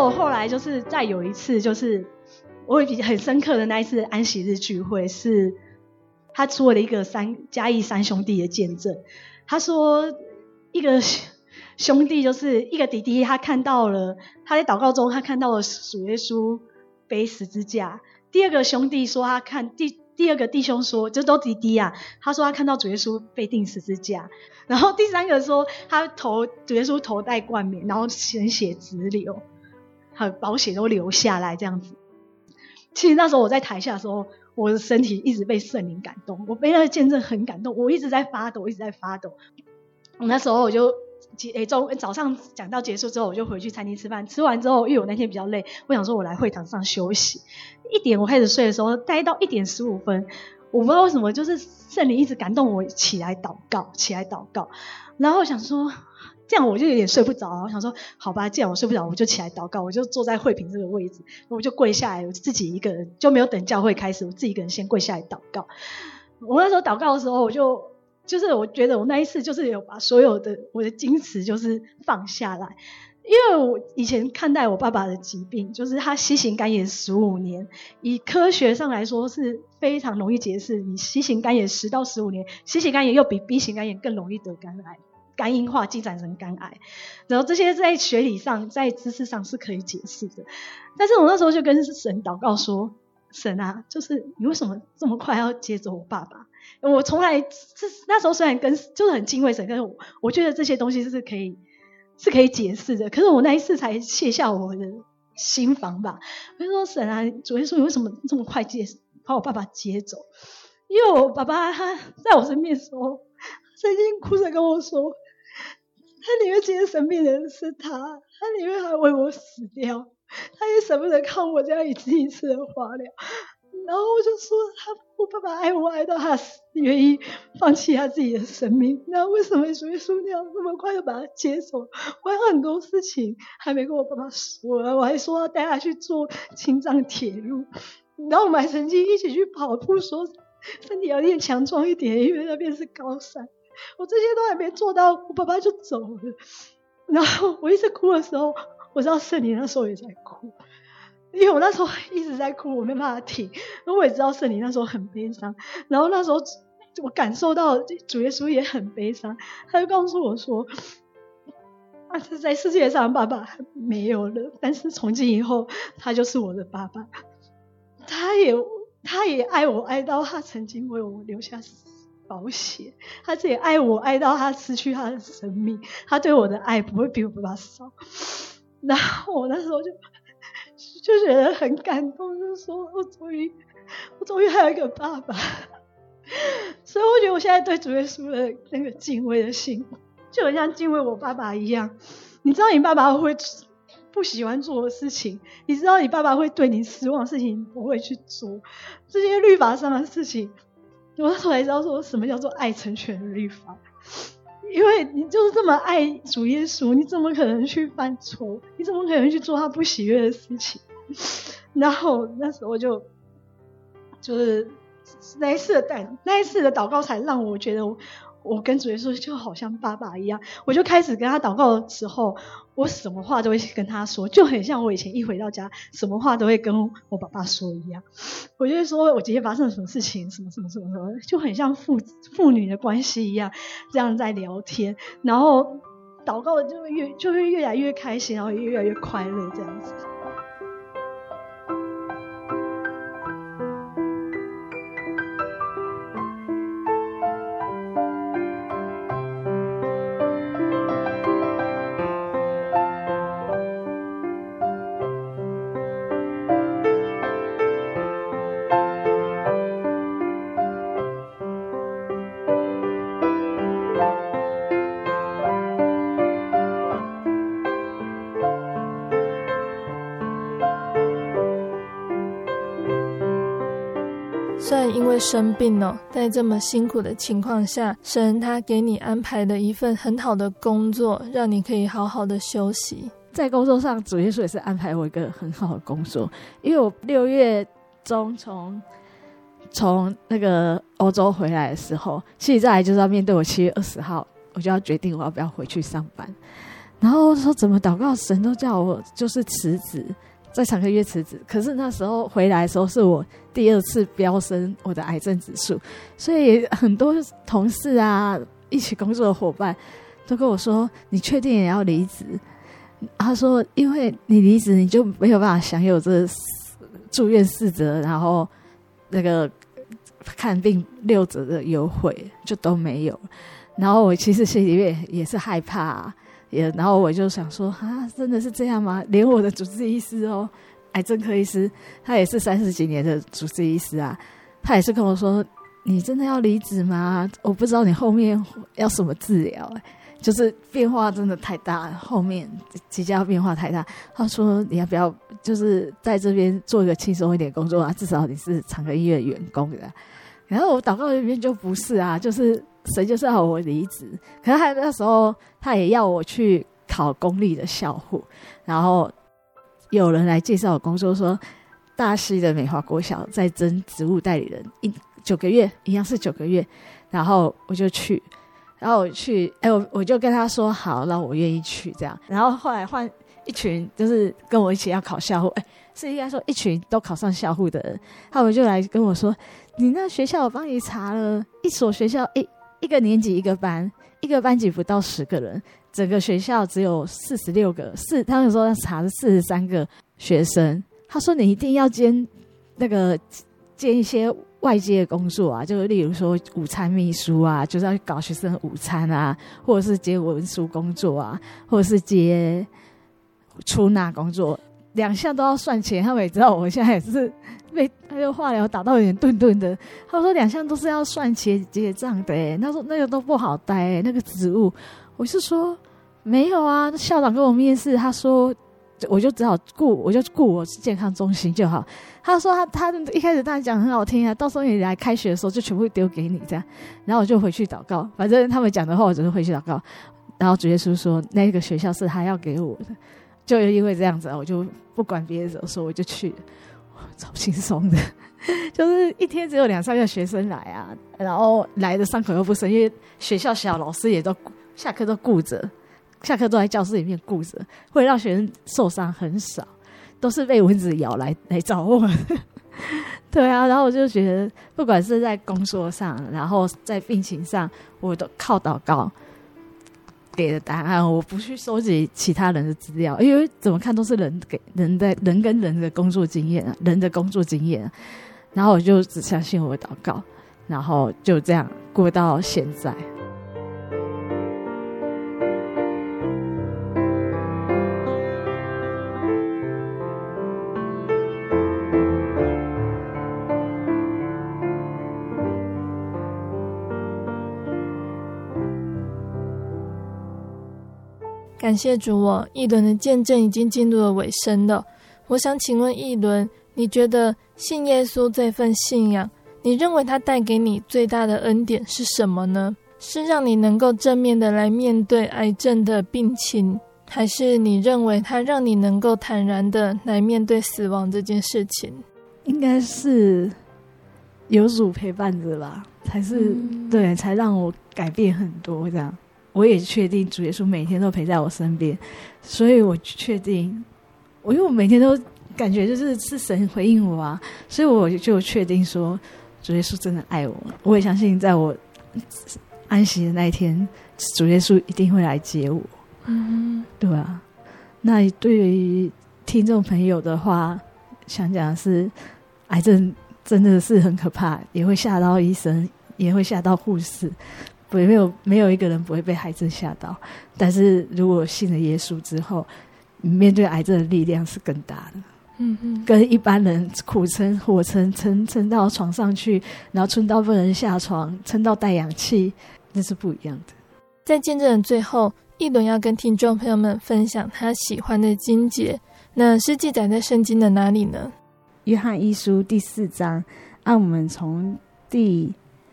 我后来就是再有一次，就是我很深刻的那一次安息日聚会，是他做了一个嘉义三兄弟的见证。他说一个兄弟，就是一个弟弟，他在祷告中他看到了主耶稣背十字架。第二个兄弟说第二个弟兄说，这都弟弟啊，他说他看到主耶稣被钉十字架。然后第三个说主耶稣头戴冠冕，然后鲜血直流，还有宝血都流下来这样子。其实那时候我在台下的时候，我的身体一直被圣灵感动，我被那个见证很感动，我一直在发抖。我那时候我就早上讲道结束之后，我就回去餐厅吃饭，吃完之后因为我那天比较累，我想说我来会堂上休息。1点我开始睡的时候，待到1点15分，我不知道为什么就是圣灵一直感动我起来祷告。然后我想说这样我就有点睡不着，我想说好吧，既然我睡不着，我就起来祷告。我就坐在会屏这个位置，我就跪下来，我自己一个人，就没有等教会开始，我自己一个人先跪下来祷告。我那时候祷告的时候，就是我觉得我那一次就是有把所有的我的矜持就是放下来。因为我以前看待我爸爸的疾病，就是他 C 型肝炎15年，以科学上来说是非常容易解释，你 C 型肝炎10到15年， C 型肝炎又比 B 型肝炎更容易得肝癌，肝硬化进展成肝癌，然后这些在学理上在知识上是可以解释的。但是我那时候就跟神祷告说，神啊，就是你为什么这么快要接走我爸爸？我从来那时候虽然就是很敬畏神，但是我觉得这些东西是可以解释的，可是我那一次才卸下我的心防吧。我就说神啊，主耶稣你为什么这么快把我爸爸接走？因为我爸爸他在我身边的时候，曾经哭着跟我说，他宁愿今天生病的人是他宁愿还为我死掉，他也舍不得看我这样一次一次的化疗。然后我就说我爸爸爱我爱到他愿意放弃他自己的生命，那为什么主耶稣你要那么快就把他接走？我还有很多事情还没跟我爸爸说，我还说要带他去坐青藏铁路，然后我们还曾经一起去跑步，说身体要练强壮一点，因为那边是高山。我这些都还没做到，我爸爸就走了。然后我一直哭的时候，我知道圣灵那时候也在哭，因为我那时候一直在哭，我没办法停。然后我也知道圣灵那时候很悲伤，然后那时候我感受到主耶稣也很悲伤，他就告诉我说在世界上爸爸没有了，但是从今以后他就是我的爸爸。他也爱我爱到他曾经为我留下宝血，他也爱我爱到他失去他的生命，他对我的爱不会比我爸爸少。然后我那时候就觉得很感动，就是说我终于还有一个爸爸。所以我觉得我现在对主耶稣的那个敬畏的心就很像敬畏我爸爸一样。你知道你爸爸会不喜欢做的事情，你知道你爸爸会对你失望的事情，你不会去做。这些律法上的事情，我那时候才知道说什么叫做爱成全的律法。因为你就是这么爱主耶稣，你怎么可能去犯错？你怎么可能去做他不喜悦的事情？然后那时候就是那一次的祷告才让我觉得我跟主耶稣就好像爸爸一样。我就开始跟他祷告的时候，我什么话都会跟他说，就很像我以前一回到家什么话都会跟我爸爸说一样。我就会说我今天发生了什么事情，什么什么什么什么，就很像父女的关系一样，这样在聊天，然后祷告就会越来越开心，然后也越来越快乐这样子。 虽然因为生病在这么辛苦的情况下，神他给你安排了一份很好的工作，让你可以好好的休息。 在工作上，主耶稣也是安排我一个很好的工作。因为我6月中从那个欧洲回来的时候，其实再来就是要面对我7月20号，我就要决定我要不要回去上班。 然后说怎么祷告神都叫我就是辞职，在3个月辞职。可是那时候回来的时候是我第2次飙升我的癌症指数，所以很多同事啊，一起工作的伙伴都跟我说，你确定也要离职？他说因为你离职你就没有办法享有这住院4折，然后那个看病6折的优惠就都没有。然后我其实心里面也是害怕啊，然后我就想说啊，真的是这样吗？连我的主治医师哦，癌症科医师，他也是30几年的主治医师啊，他也是跟我说，你真的要离职吗？我不知道你后面要什么治疗，就是变化真的太大，后面即将变化太大。他说你要不要就是在这边做一个轻松一点工作啊，至少你是长庚医院员工的。然后我祷告里面就不是啊，就是神就是要我离职，可是他那时候他也要我去考公立的校护，然后有人来介绍我工作，说大溪的美华国小在征职务代理人，9个月，一样是9个月，然后我就去，然后我去，我就跟他说好，那我愿意去这样。然后后来换一群就是跟我一起要考校护，是应该说一群都考上校护的人，他们就来跟我说，你那学校我帮你查了，一所学校一个年级一个班，一个班级不到10个人，整个学校只有46个，他们说查了43个学生。他说你一定要兼一些外接的工作啊，就例如说午餐秘书啊，就是要搞学生的午餐啊，或者是接文书工作啊，或者是接出纳工作，2项都要算钱。他们也知道我现在也是被那个化疗打到有点顿顿的，他说2项都是要算钱结账的他说那个都不好待那个职务。我是说没有啊，校长跟我面试，他说我就只好顾我健康中心就好。他说他一开始当然讲很好听啊，到时候你来开学的时候就全部丢给你这样。然后我就回去祷告，反正他们讲的话我只是回去祷告。然后主耶稣说那个学校是他要给我的，就因为这样子我就不管别人怎么说我就去了，超轻松的。就是一天只有2-3个学生来啊，然后来的伤口又不深，因为学校小，老师也都下课都顾着，下课都在教室里面顾着，会让学生受伤很少，都是被蚊子咬来找我们。对啊，然后我就觉得不管是在工作上，然后在病情上，我都靠祷告给的答案，我不去收集其他人的资料，因为怎么看都是人跟人的工作经验啊，人的工作经验啊。然后我就只相信我的祷告，然后就这样过到现在。 感谢主哦，一轮的见证已经进入了尾声了。我想请问一轮，你觉得信耶稣这份信仰，你认为它带给你最大的恩典是什么呢？是让你能够正面的来面对癌症的病情，还是你认为它让你能够坦然的来面对死亡这件事情？ 应该是有主陪伴着吧，才是、对，才让我改变很多这样。我也确定主耶稣每天都陪在我身边，所以我确定因为我每天都感觉是神回应我啊，所以我就确定说主耶稣真的爱我。我也相信在我安息的那一天，主耶稣一定会来接我。对啊。那对于听众朋友的话，想讲的是癌症真的是很可怕，也会吓到医生，也会吓到护士，没有一个人不会被癌症吓到。但是如果信了耶稣之后，面对癌症的力量是更大的。跟一般人苦撑火撑到床上去，然后撑到不能下床，撑到带氧气，那是不一样的。 在见证的最后，一轮要跟听众朋友们分享他喜欢的经节，那是记载在圣经的哪里呢？ 约翰一书第4章，按我们从第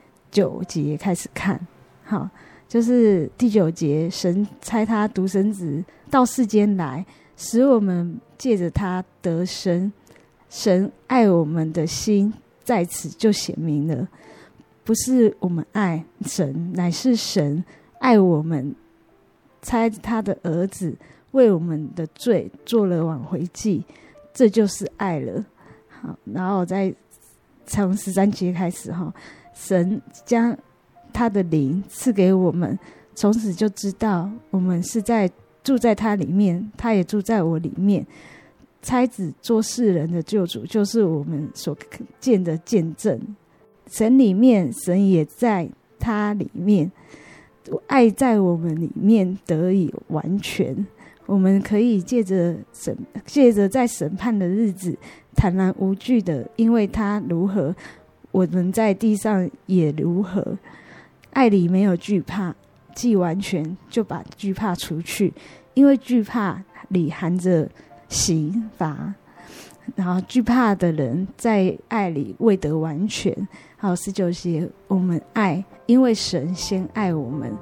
9节开始看。好，就是第9节，神差他独生子到世间来，使我们借着他得生。神爱我们的心在此就显明了，不是我们爱神，乃是神爱我们， 差他的儿子为我们的罪做了挽回祭，这就是爱了。好，然后再从13节开始哈，神将他的灵赐给我们，从此就知道我们是在住在他里面，他也住在我里面。差子做世人的救主，就是我们所见的见证。神里面，神也在他里面，爱在我们里面得以完全。我们可以借着在审判的日子坦然无惧的，因为他如何，我们在地上也如何。爱里没有惧怕，既完全就把惧怕除去，因为惧怕里含着刑罚，然后惧怕的人在爱里未得完全。好，19节，我们爱，因为神先爱我们。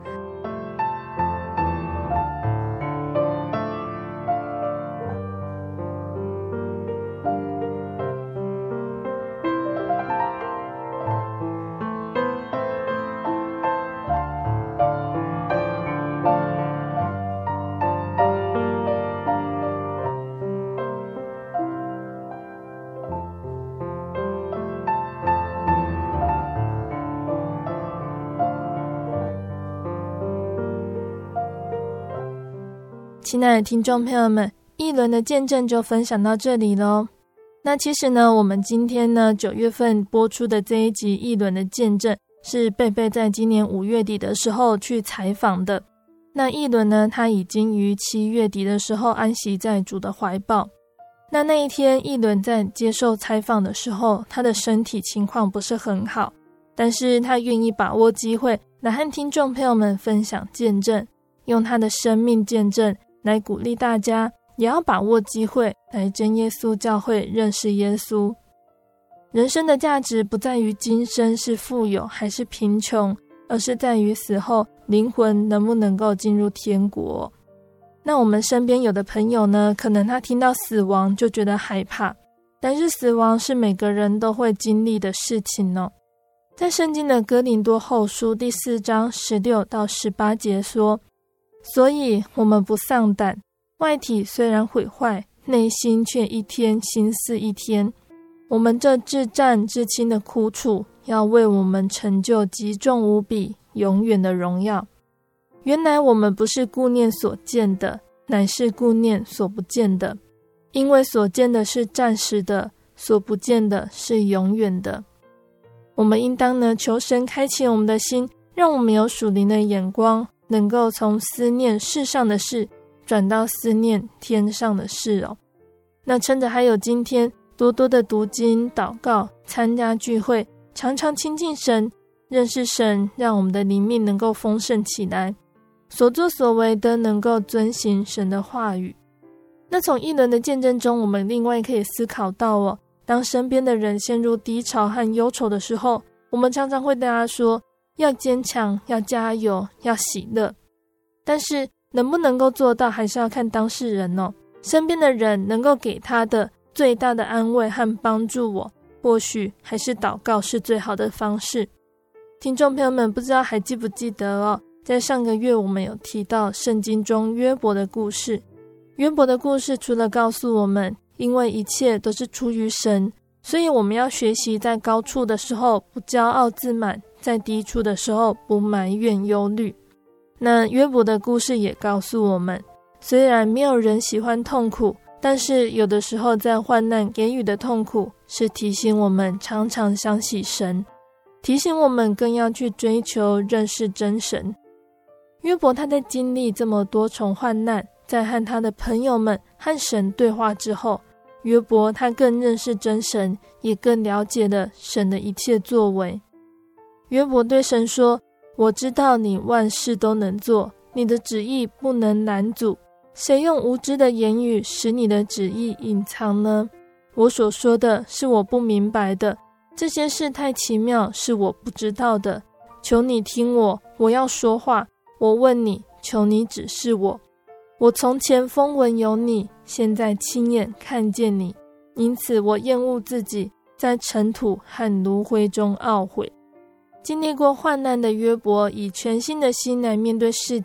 亲爱的听众朋友们，一轮的见证就分享到这里咯。那其实呢，我们今天呢9月份播出的这一集一轮的见证，是贝贝在今年5月底的时候去采访的。那一轮呢，他已经于7月底的时候安息在主的怀抱。那一天一轮在接受采访的时候，他的身体情况不是很好，但是他愿意把握机会来和听众朋友们分享见证，用他的生命见证来鼓励大家，也要把握机会来真耶稣教会认识耶稣。人生的价值不在于今生是富有还是贫穷，而是在于死后灵魂能不能够进入天国。那我们身边有的朋友呢，可能他听到死亡就觉得害怕，但是死亡是每个人都会经历的事情哦。在圣经的哥林多后书第4章16到18节说，所以我们不丧胆，外体虽然毁坏，内心却一天新似一天。我们这至战至轻的苦楚，要为我们成就极重无比永远的荣耀。原来我们不是顾念所见的，乃是顾念所不见的，因为所见的是暂时的，所不见的是永远的。我们应当呢，求神开启我们的心，让我们有属灵的眼光，能够从思念世上的事转到思念天上的事哦。那趁着还有今天，多多的读经祷告，参加聚会，常常亲近神，认识神，让我们的灵命能够丰盛起来，所作所为都能够遵行神的话语。那从一轮的见证中，我们另外可以思考到哦，当身边的人陷入低潮和忧愁的时候，我们常常会对他说要坚强，要加油，要喜乐。但是能不能够做到，还是要看当事人哦。身边的人能够给他的最大的安慰和帮助或许还是祷告是最好的方式。听众朋友们，不知道还记不记得哦，在上个月我们有提到圣经中约伯的故事。约伯的故事除了告诉我们，因为一切都是出于神，所以我们要学习在高处的时候不骄傲自满，在低处的时候不埋怨忧虑。那约伯的故事也告诉我们，虽然没有人喜欢痛苦，但是有的时候在患难给予的痛苦，是提醒我们常常想起神，提醒我们更要去追求认识真神。约伯他在经历这么多重患难，在和他的朋友们和神对话之后，约伯他更认识真神，也更了解了神的一切作为。约伯对神说，我知道你万事都能做，你的旨意不能拦阻，谁用无知的言语使你的旨意隐藏呢？我所说的是我不明白的，这些事太奇妙，是我不知道的。求你听我，我要说话，我问你，求你指示我。我从前风闻有你，现在亲眼看见你，因此我厌恶自己，在尘土和炉灰中懊悔。经历过患难的约伯，以全新的心来面对世界，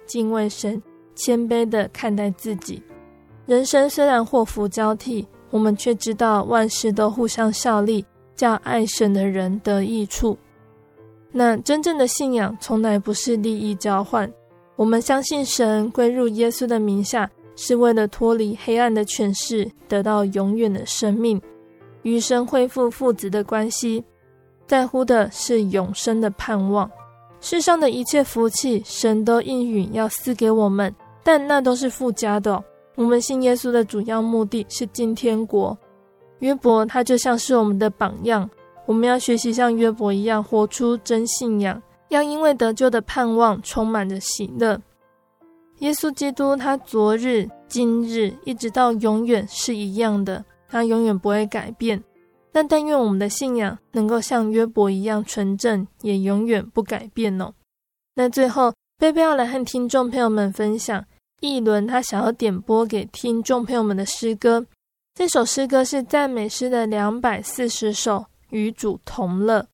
敬畏神，谦卑地看待自己。人生虽然祸福交替，我们却知道万事都互相效力，叫爱神的人得益处。那真正的信仰从来不是利益交换，我们相信神，归入耶稣的名下，是为了脱离黑暗的权势，得到永远的生命，与神恢复父子的关系，在乎的是永生的盼望。世上的一切福气，神都应允要赐给我们，但那都是附加的我们信耶稣的主要目的是进天国。约伯他就像是我们的榜样，我们要学习像约伯一样活出真信仰，要因为得救的盼望充满着喜乐。耶稣基督他昨日、今日一直到永远是一样的，他永远不会改变。但愿我们的信仰能够像约伯一样纯正，也永远不改变哦。那最后贝贝要来和听众朋友们分享一轮他想要点播给听众朋友们的诗歌，这首诗歌是赞美诗的240首，与主同乐。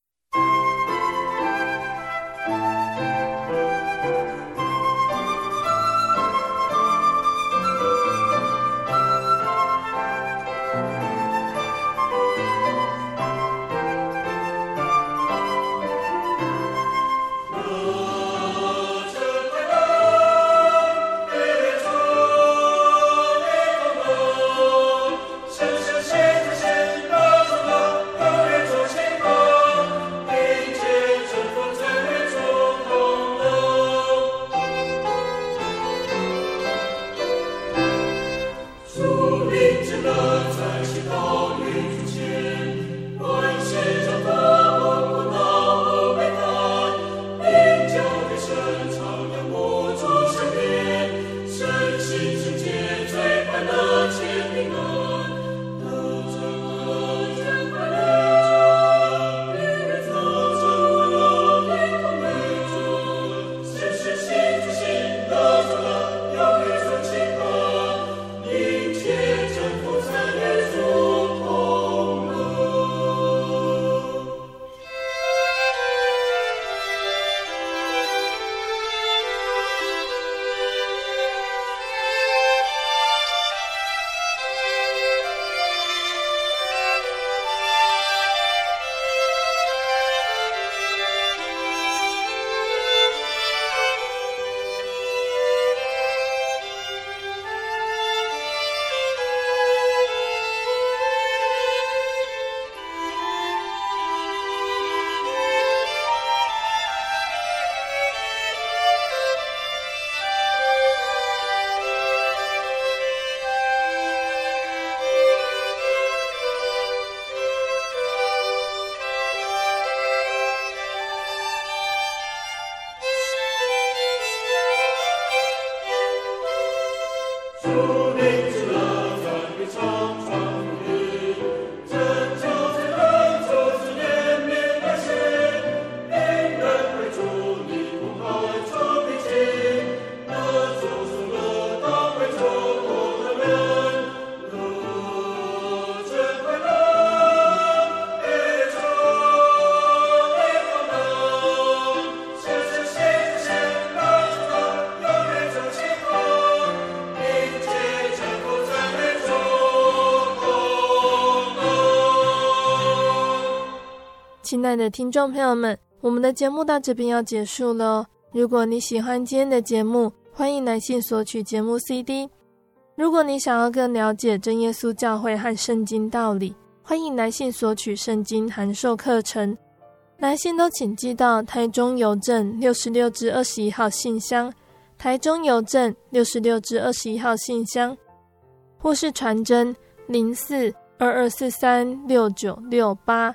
亲爱的听众朋友们，我们的节目到这边要结束了哦。如果你喜欢今天的节目，欢迎来信索取节目 CD。 如果你想要更了解真耶稣教会和圣经道理，欢迎来信索取圣经函授课程。来信都请寄到台中邮政66至21号信箱，台中邮政66至21号信箱，或是传真04-2243-6968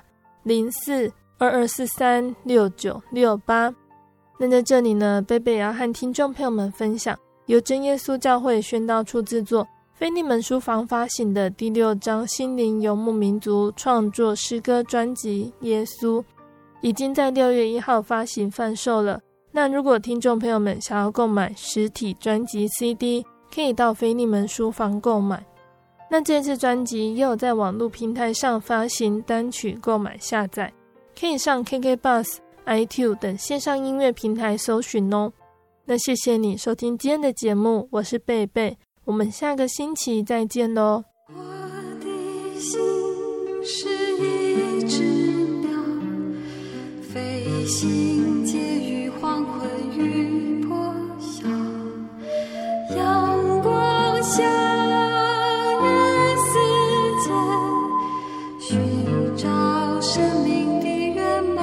04-2243-6968。那在这里呢，贝贝也要和听众朋友们分享由真耶稣教会宣道处制作，腓利门书房发行的第6章心灵游牧民族创作诗歌专辑《耶稣》，已经在6月1号发行贩售了。那如果听众朋友们想要购买实体专辑 CD， 可以到腓利门书房购买。那这次专辑也有在网络平台上发行单曲购买下载，可以上 KKBOX、iTunes 等线上音乐平台搜寻哦。 那谢谢你收听今天的节目，我是贝贝，我们下个星期再见咯。 我的心是一只鸟，飞行介于黄昏与破晓，阳光下与世界寻找生命的原貌。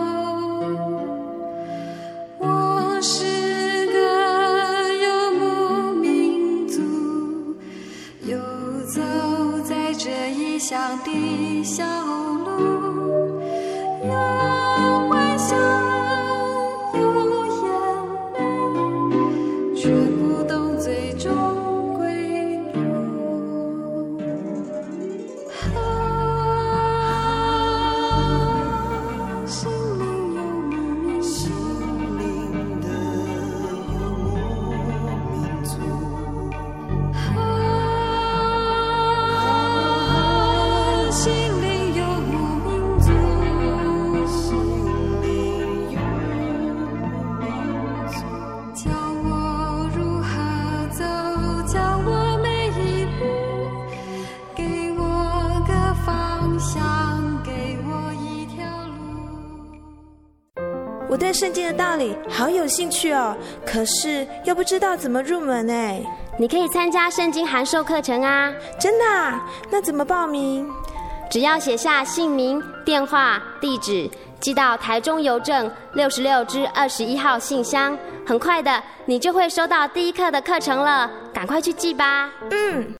我是个游牧民族，游走在这异乡的小路，有微笑，有眼泪，却不懂最终归路。心灵游牧民族，心灵的游牧民族。心灵游牧民族，心灵游牧民族。教我如何走，教我每一步，给我个方向，给我一条路。 我对圣经的道理好有兴趣哦，可是又不知道怎么入门哎。 你可以参加圣经函授课程啊。 真的啊？那怎么报名？ 只要写下姓名、电话、地址，寄到台中邮政66支21号信箱，很快的你就会收到第一课的课程了，赶快去寄吧。